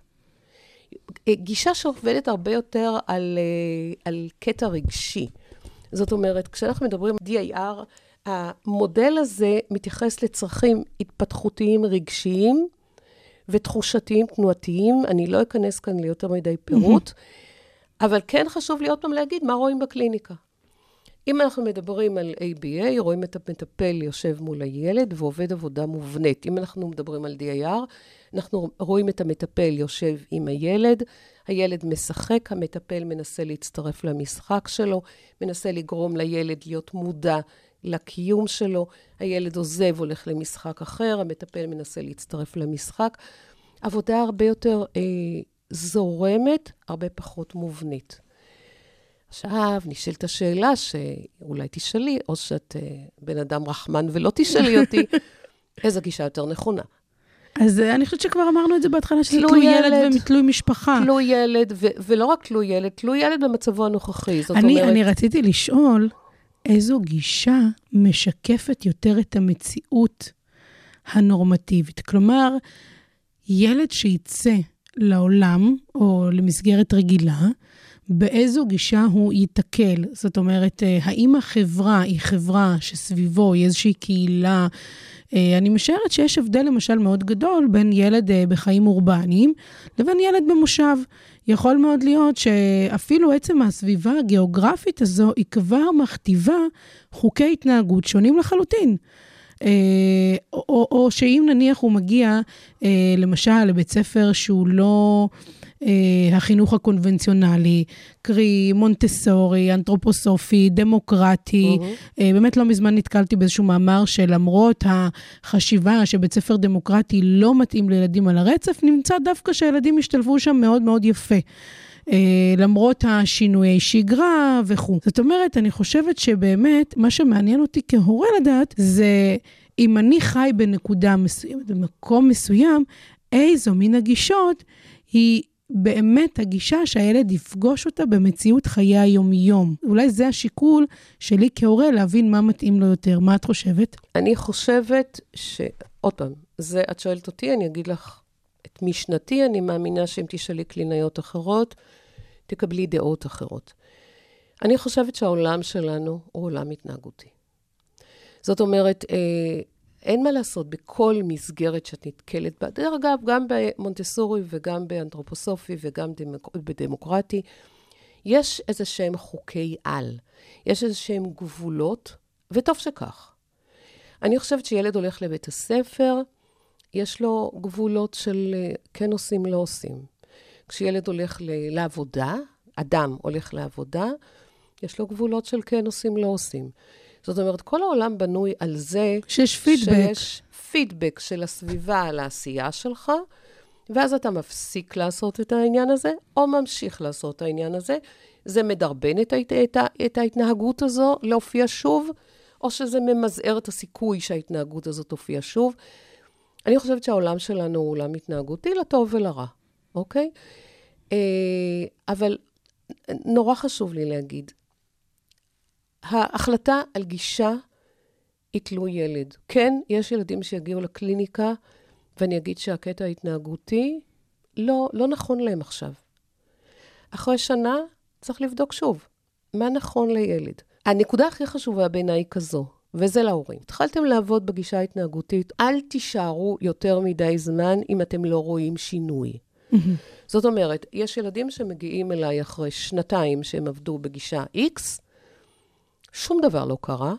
גישה שעובדת הרבה יותר על, על קטע רגשי. זאת אומרת, כשאנחנו מדברים די איי אר, המודל הזה מתייחס לצרכים התפתחותיים רגשיים ותחושתיים תנועתיים. אני לא אכנס כאן ליותר מדי פירוט, mm-hmm. אבל כן חשוב לי עוד פעם להגיד מה רואים בקליניקה. אם אנחנו מדברים על איי בי איי, רואים את המטפל יושב מול הילד ועובד עבודה מובנית. אם אנחנו מדברים על די איי אר, אנחנו רואים את המטפל יושב עם הילד, הילד משחק, המטפל מנסה להצטרף למשחק שלו, מנסה לגרום לילד להיות מודע לקיום שלו, הילד עוזב, הולך למשחק אחר, המטפל מנסה להצטרף למשחק. עבודה הרבה יותר אה, זורמת, הרבה פחות מובנית. עכשיו, נשאלת השאלה שאולי תשאלי, או שאת אה, בן אדם רחמן ולא תשאלי אותי, איזו גישה יותר נכונה. אז אני חושבת שכבר אמרנו את זה בהתחלה, שזה תלוי ילד ומתלוי משפחה. תלוי ילד, ו- ולא רק תלוי ילד, תלוי ילד במצבו הנוכחי. זאת אני, אומרת... אני רציתי לשאול, איזו גישה משקפת יותר את המציאות הנורמטיבית? כלומר, ילד שיצא לעולם, או למסגרת רגילה, באיזו גישה הוא ייתקל? זאת אומרת, האם החברה היא חברה שסביבו היא איזושהי קהילה? אני משערת שיש הבדל למשל מאוד גדול בין ילד בחיים אורבניים לבין ילד במושב. יכול מאוד להיות שאפילו עצם הסביבה הגיאוגרפית הזו היא כבר מכתיבה חוקי התנהגות שונים לחלוטין. או, או, או שאם נניח הוא מגיע למשל לבית ספר שהוא לא החינוך הקונבנציונלי, קרי מונטסורי, אנתרופוסופי, דמוקרטי, mm-hmm. באמת לא מזמן נתקלתי באיזשהו מאמר שלמרות החשיבה שבית ספר דמוקרטי לא מתאים לילדים על הרצף, נמצא דווקא שהילדים השתלבו שם מאוד מאוד יפה. למרות השינויי שגרה וכו'. זאת אומרת, אני חושבת שבאמת מה שמעניין אותי כהורה לדעת, זה אם אני חי בנקודה מסוימת, במקום מסוים, איזו מן הגישות היא באמת הגישה שהילד יפגוש אותה במציאות חיי היום-יום. אולי זה השיקול שלי כהורה להבין מה מתאים לו יותר. מה את חושבת? אני חושבת ש... עוד פעם, זה, את שואלת אותי, אני אגיד לך את משנתי, אני מאמינה שאם תשאלי קלינאיות אחרות, תקבלי דעות אחרות. אני חושבת שהעולם שלנו הוא עולם התנהגותי. זאת אומרת, אה, אין מה לעשות בכל מסגרת שאת נתקלת בה. דרך אגב, גם במונטסורי וגם באנתרופוסופי וגם דמוק... בדמוקרטי, יש איזה שהם חוקי על. יש איזה שהם גבולות, וטוב שכך. אני חושבת שילד הולך לבית הספר, יש לו גבולות של כן עושים, לא עושים. כשילד הולך ל- לעבודה, אדם הולך לעבודה, יש לו גבולות של כן עושים, לא עושים. זאת אומרת, כל העולם בנוי על זה שיש פידבק. שיש פידבק של הסביבה על העשייה שלך, ואז אתה מפסיק לעשות את העניין הזה, או ממשיך לעשות את העניין הזה. זה מדרבן את, את, את, את ההתנהגות הזו להופיע שוב, או שזה ממזער את הסיכוי שההתנהגות הזאת תופיע שוב. אני חושבת שהעולם שלנו הוא עולם התנהגותי לטוב ולרע, אוקיי? אבל נורא חשוב לי להגיד, ההחלטה על גישה היא תלוי ילד. כן, יש ילדים שיגיעו לקליניקה, ואני אגיד שהקטע ההתנהגותי לא, לא נכון להם עכשיו. אחרי שנה צריך לבדוק שוב, מה נכון לילד. הנקודה הכי חשובה בעיניי היא כזו, וזה להורים. התחלתם לעבוד בגישה ההתנהגותית, אל תישארו יותר מדי זמן אם אתם לא רואים שינוי. זאת אומרת, יש ילדים שמגיעים אליי אחרי שנתיים שהם עבדו בגישה X, שום דבר לא קרה.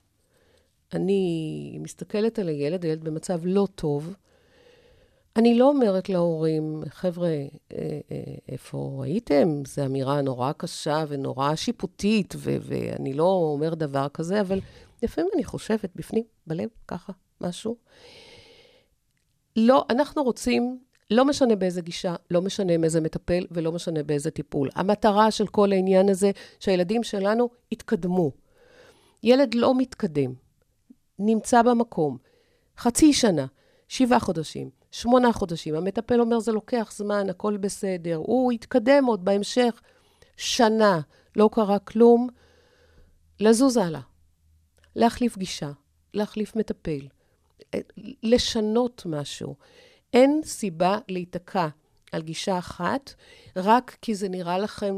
אני מסתכלת על הילד, הילד במצב לא טוב. אני לא אומרת להורים, חבר'ה, איפה הייתם? זו אמירה נורא קשה ונורא שיפוטית, ו- ואני לא אומר דבר כזה, אבל לפעמים אני חושבת בפנים, בלב, ככה, משהו. לא, אנחנו רוצים, לא משנה באיזה גישה, לא משנה מאיזה מטפל, ולא משנה באיזה טיפול. המטרה של כל העניין הזה, שהילדים שלנו יתקדמו. ילד לא מתקדם, נמצא במקום, חצי שנה, שבעה חודשים, שמונה חודשים, המטפל אומר, זה לוקח זמן, הכל בסדר, הוא יתקדם עוד בהמשך, שנה, לא קרה כלום, לזוז הלאה, להחליף גישה, להחליף מטפל, לשנות משהו. אין סיבה להתקע על גישה אחת, רק כי זה נראה לכם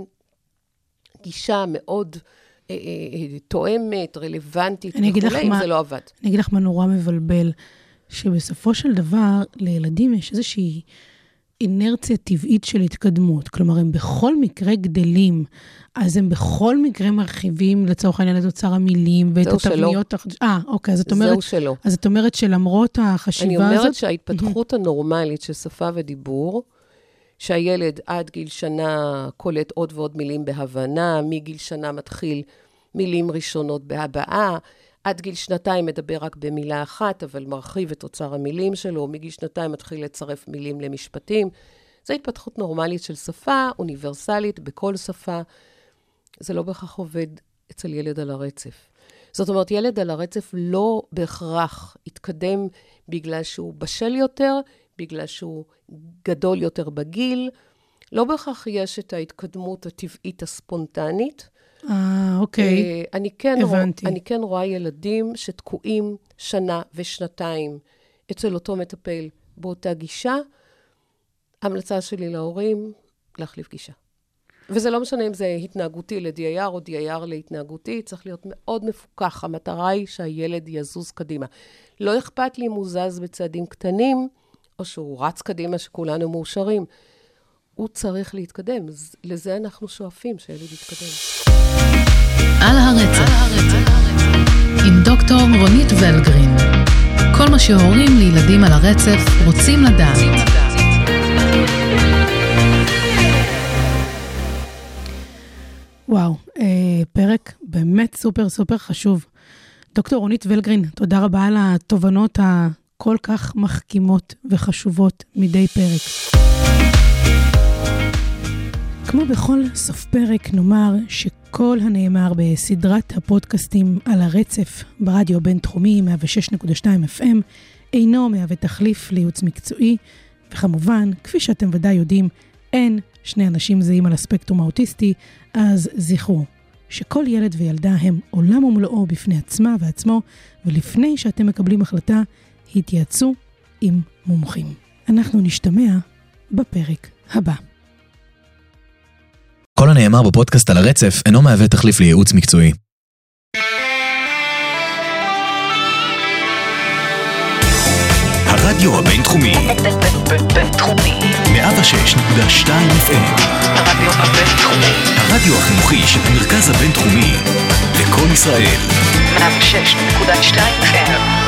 גישה מאוד אה, אה, תואמת, רלוונטית, וכולי, אם זה לא עבד. אני אגיד לך מה נורא מבלבל, שבסופו של דבר לילדים יש איזושהי אינרציה טבעית של התקדמות. כלומר, הם בכל מקרה גדלים, אז הם בכל מקרה מרחיבים לצורך העניין את אוצר המילים, ואת התבניות... אה, אוקיי, אז את אומרת... זהו שלא. אז את אומרת שלמרות החשיבה הזאת... אני אומרת שההתפתחות הנורמלית של שפה ודיבור, שהילד עד גיל שנה קולט עוד ועוד מילים בהבנה, מגיל שנה מתחיל מילים ראשונות בהבעה, עד גיל שנתיים מדבר רק במילה אחת, אבל מרחיב את אוצר המילים שלו, מגיל שנתיים מתחיל לצרף מילים למשפטים. זו התפתחות נורמלית של שפה, אוניברסלית, בכל שפה. זה לא בהכרח עובד אצל ילד על הרצף. זאת אומרת, ילד על הרצף לא בהכרח יתקדם בגלל שהוא בשל יותר, בגלל שהוא גדול יותר בגיל. לא בהכרח יש את ההתקדמות הטבעית הספונטנית. אה, אוקיי. אני כן הבנתי. אני כן רואה ילדים שתקועים שנה ושנתיים אצל אותו מטפל באותה גישה. המלצה שלי להורים, להחליף גישה. וזה לא משנה אם זה התנהגותי ל-די איי אר או די איי אר להתנהגותי, צריך להיות מאוד מפוקח. המטרה היא שהילד יזוז קדימה. לא אכפת לי אם הוא זז בצעדים קטנים, או שהוא רץ קדימה שכולנו מאושרים. הוא צריך להתקדם. לזה אנחנו שואפים, שהילד יתקדם. על הרצף, עם דוקטור רונית ולגרין. כל מה שהורים לילדים על הרצף רוצים לדעת. וואו, אה, פרק באמת סופר סופר חשוב. דוקטור רונית ולגרין, תודה רבה על התובנות הכל כך מחכימות וחשובות מדי פרק. כמו בכל סוף פרק נאמר שכל הנאמר בסדרת הפודקאסטים על הרצף ברדיו בינתחומי מאה ושש נקודה שתיים אף אם אינו מהווה תחליף לייעוץ מקצועי, וכמובן, כפי שאתם ודאי יודעים, אין שני אנשים זהים על הספקטרום האוטיסטי, אז זכרו שכל ילד וילדה הם עולם ומלואו בפני עצמה ועצמו, ולפני שאתם מקבלים החלטה, התייעצו עם מומחים. אנחנו נשתמע בפרק הבא. כל הנאמר בפודקאסט על הרצף אינו מהווה תחליף לייעוץ מקצועי. הרדיו הבינתחומי. בינתחומי. מאה ושש נקודה שתיים אף אם. הרדיו הבינתחומי. הרדיו החינוכי של המרכז הבינתחומי. לכל ישראל. מאה ושש נקודה שתיים אף אם.